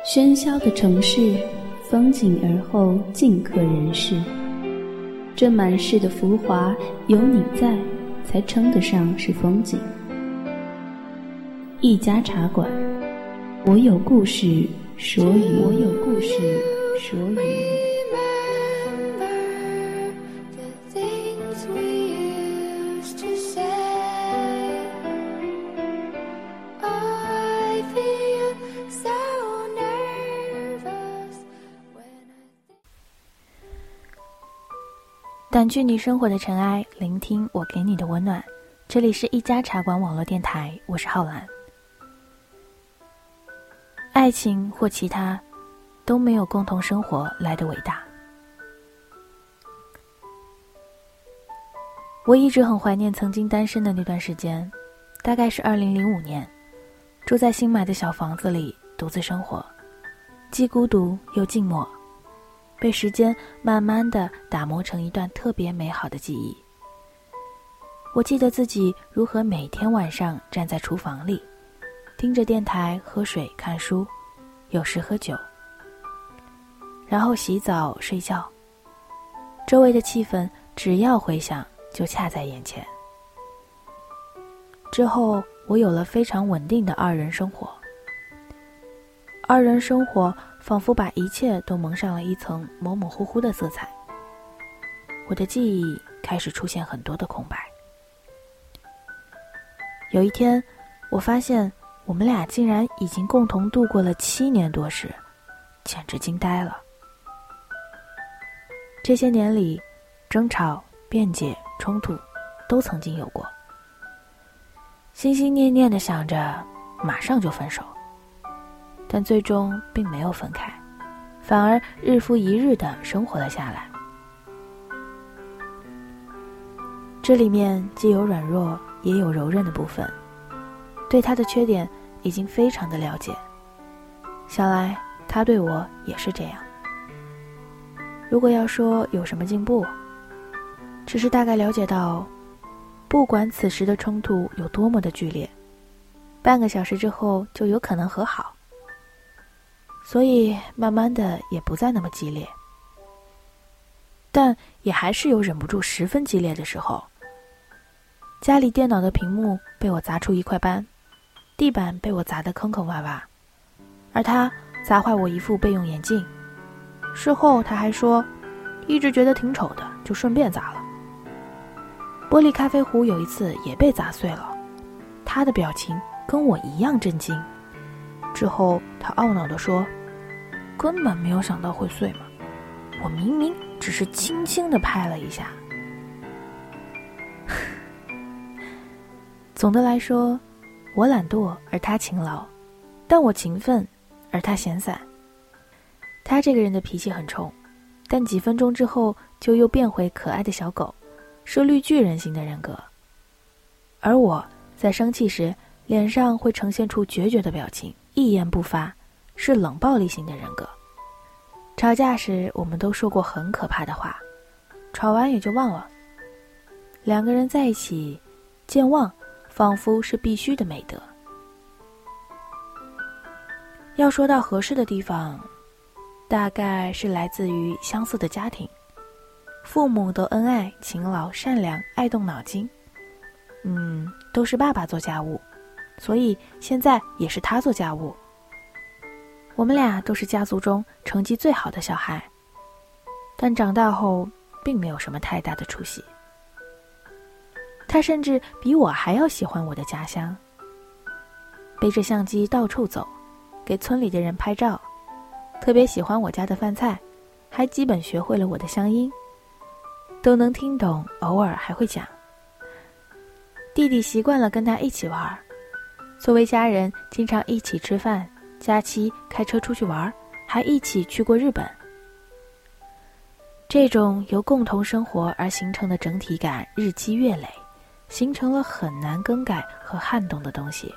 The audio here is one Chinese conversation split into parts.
喧嚣的城市，风景而后尽可人世。这满世的浮华，有你在，才称得上是风景。一家茶馆，我有故事说与我有故事说与。 掸去你生活的尘埃，聆听我给你的温暖。这里是一家茶馆网络电台，我是浩然。爱情或其他都没有共同生活来得伟大。我一直很怀念曾经单身的那段时间，大概是2005年，住在新买的小房子里独自生活，既孤独又静默，被时间慢慢地打磨成一段特别美好的记忆。我记得自己如何每天晚上站在厨房里，听着电台喝水看书，有时喝酒，然后洗澡睡觉，周围的气氛只要回想就恰在眼前。之后我有了非常稳定的二人生活，二人生活仿佛把一切都蒙上了一层模模糊糊的色彩，我的记忆开始出现很多的空白。有一天我发现我们俩竟然已经共同度过了7年多时，简直惊呆了。这些年里，争吵、辩解、冲突都曾经有过，心心念念地想着马上就分手，但最终并没有分开，反而日复一日地生活了下来。这里面既有软弱也有柔韧的部分，对他的缺点已经非常的了解，想来他对我也是这样。如果要说有什么进步，只是大概了解到，不管此时的冲突有多么的剧烈，半个小时之后就有可能和好，所以慢慢的也不再那么激烈，但也还是有忍不住十分激烈的时候。家里电脑的屏幕被我砸出一块斑，地板被我砸得坑坑洼洼，而他砸坏我一副备用眼镜，事后他还说一直觉得挺丑的，就顺便砸了。玻璃咖啡壶有一次也被砸碎了，他的表情跟我一样震惊。之后他懊恼地说，根本没有想到会碎嘛，我明明只是轻轻地拍了一下。总的来说，我懒惰而他勤劳，但我勤奋而他闲散。他这个人的脾气很冲，但几分钟之后就又变回可爱的小狗，是绿巨人型的人格。而我在生气时脸上会呈现出决绝的表情，一言不发，是冷暴力型的人格。吵架时我们都说过很可怕的话，吵完也就忘了。两个人在一起，健忘仿佛是必须的美德。要说到合适的地方，大概是来自于相似的家庭，父母都恩爱、勤劳、善良、爱动脑筋。都是爸爸做家务，所以现在也是他做家务。我们俩都是家族中成绩最好的小孩，但长大后并没有什么太大的出息。他甚至比我还要喜欢我的家乡，背着相机到处走，给村里的人拍照，特别喜欢我家的饭菜，还基本学会了我的乡音，都能听懂，偶尔还会讲。弟弟习惯了跟他一起玩，作为家人经常一起吃饭，假期开车出去玩，还一起去过日本。这种由共同生活而形成的整体感日积月累，形成了很难更改和撼动的东西。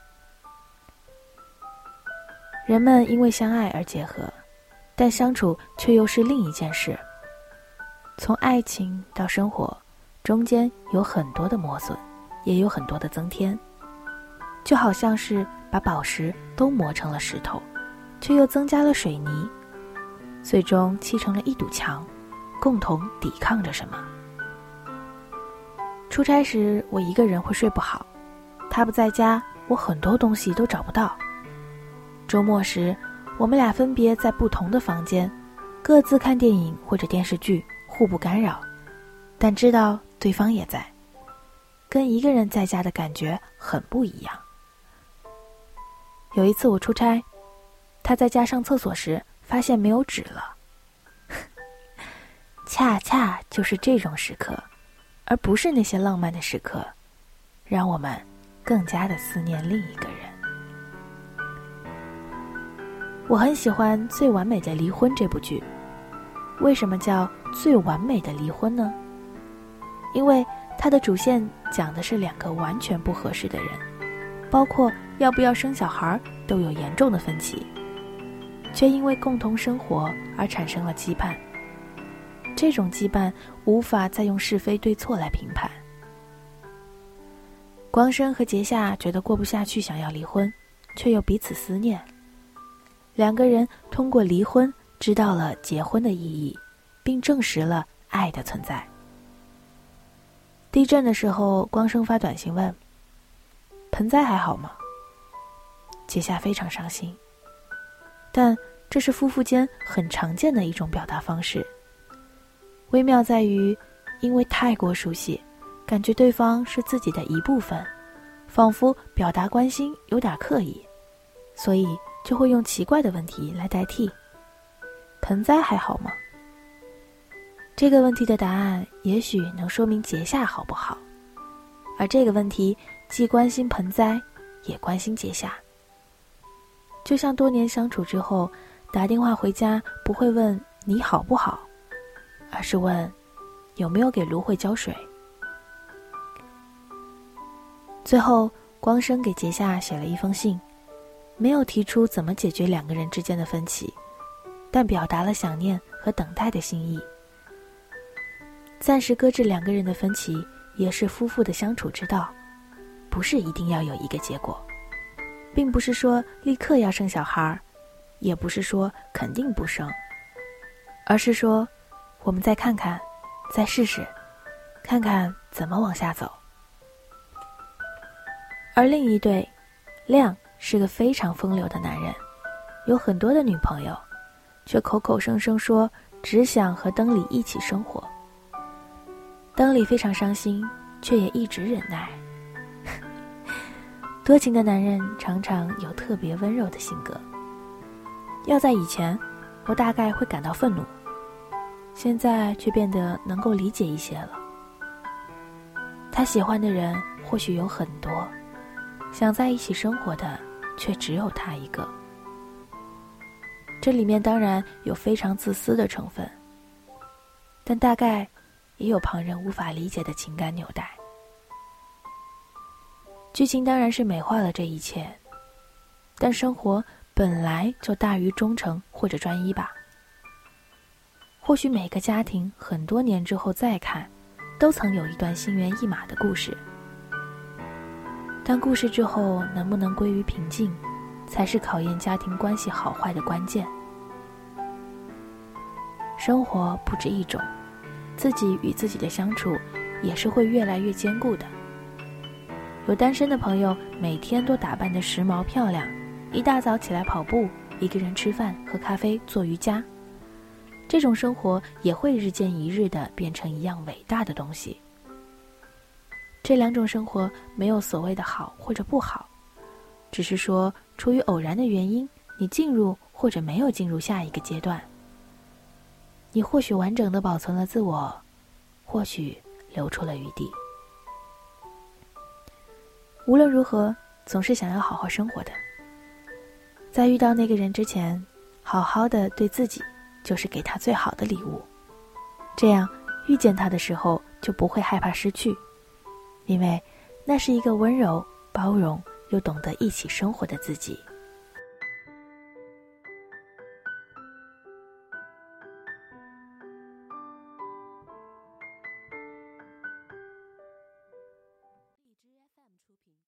人们因为相爱而结合，但相处却又是另一件事。从爱情到生活，中间有很多的磨损，也有很多的增添，就好像是把宝石都磨成了石头， 却又增加了水泥，最终砌成了一堵墙，共同抵抗着什么。出差时我一个人会睡不好，他不在家，我很多东西都找不到。周末时，我们俩分别在不同的房间，各自看电影或者电视剧，互不干扰，但知道对方也在，跟一个人在家的感觉很不一样。有一次我出差，他在家上厕所时发现没有纸了。恰恰就是这种时刻，而不是那些浪漫的时刻，让我们更加的思念另一个人。我很喜欢《最完美的离婚》这部剧。为什么叫最完美的离婚呢？因为它的主线讲的是两个完全不合适的人，包括要不要生小孩都有严重的分歧，却因为共同生活而产生了羁绊。这种羁绊无法再用是非对错来评判。光生和杰夏觉得过不下去，想要离婚，却又彼此思念。两个人通过离婚知道了结婚的意义，并证实了爱的存在。地震的时候，光生发短信问：盆栽还好吗？杰夏非常伤心，但这是夫妇间很常见的一种表达方式。微妙在于，因为太过熟悉，感觉对方是自己的一部分，仿佛表达关心有点刻意，所以就会用奇怪的问题来代替。盆栽还好吗？这个问题的答案也许能说明杰夏好不好，而这个问题既关心盆栽，也关心杰夏。就像多年相处之后，打电话回家不会问你好不好，而是问有没有给芦荟浇水。最后，光生给杰夏写了一封信，没有提出怎么解决两个人之间的分歧，但表达了想念和等待的心意。暂时搁置两个人的分歧，也是夫妇的相处之道，不是一定要有一个结果，并不是说立刻要生小孩，也不是说肯定不生，而是说我们再看看，再试试，看看怎么往下走。而另一对，亮是个非常风流的男人，有很多的女朋友，却口口声声说只想和灯里一起生活。灯里非常伤心，却也一直忍耐。多情的男人常常有特别温柔的性格。要在以前，我大概会感到愤怒，现在却变得能够理解一些了。他喜欢的人或许有很多，想在一起生活的却只有他一个。这里面当然有非常自私的成分，但大概也有旁人无法理解的情感纽带。剧情当然是美化了这一切，但生活本来就大于忠诚或者专一吧。或许每个家庭很多年之后再看，都曾有一段心猿意马的故事，但故事之后能不能归于平静，才是考验家庭关系好坏的关键。生活不止一种，自己与自己的相处也是会越来越坚固的。有单身的朋友每天都打扮得时髦漂亮，一大早起来跑步，一个人吃饭喝咖啡做瑜伽，这种生活也会日渐一日地变成一样伟大的东西。这两种生活没有所谓的好或者不好，只是说出于偶然的原因，你进入或者没有进入下一个阶段。你或许完整地保存了自我，或许留出了余地。无论如何，总是想要好好生活的。在遇到那个人之前，好好的对自己就是给他最好的礼物。这样遇见他的时候就不会害怕失去，因为那是一个温柔、包容又懂得一起生活的自己。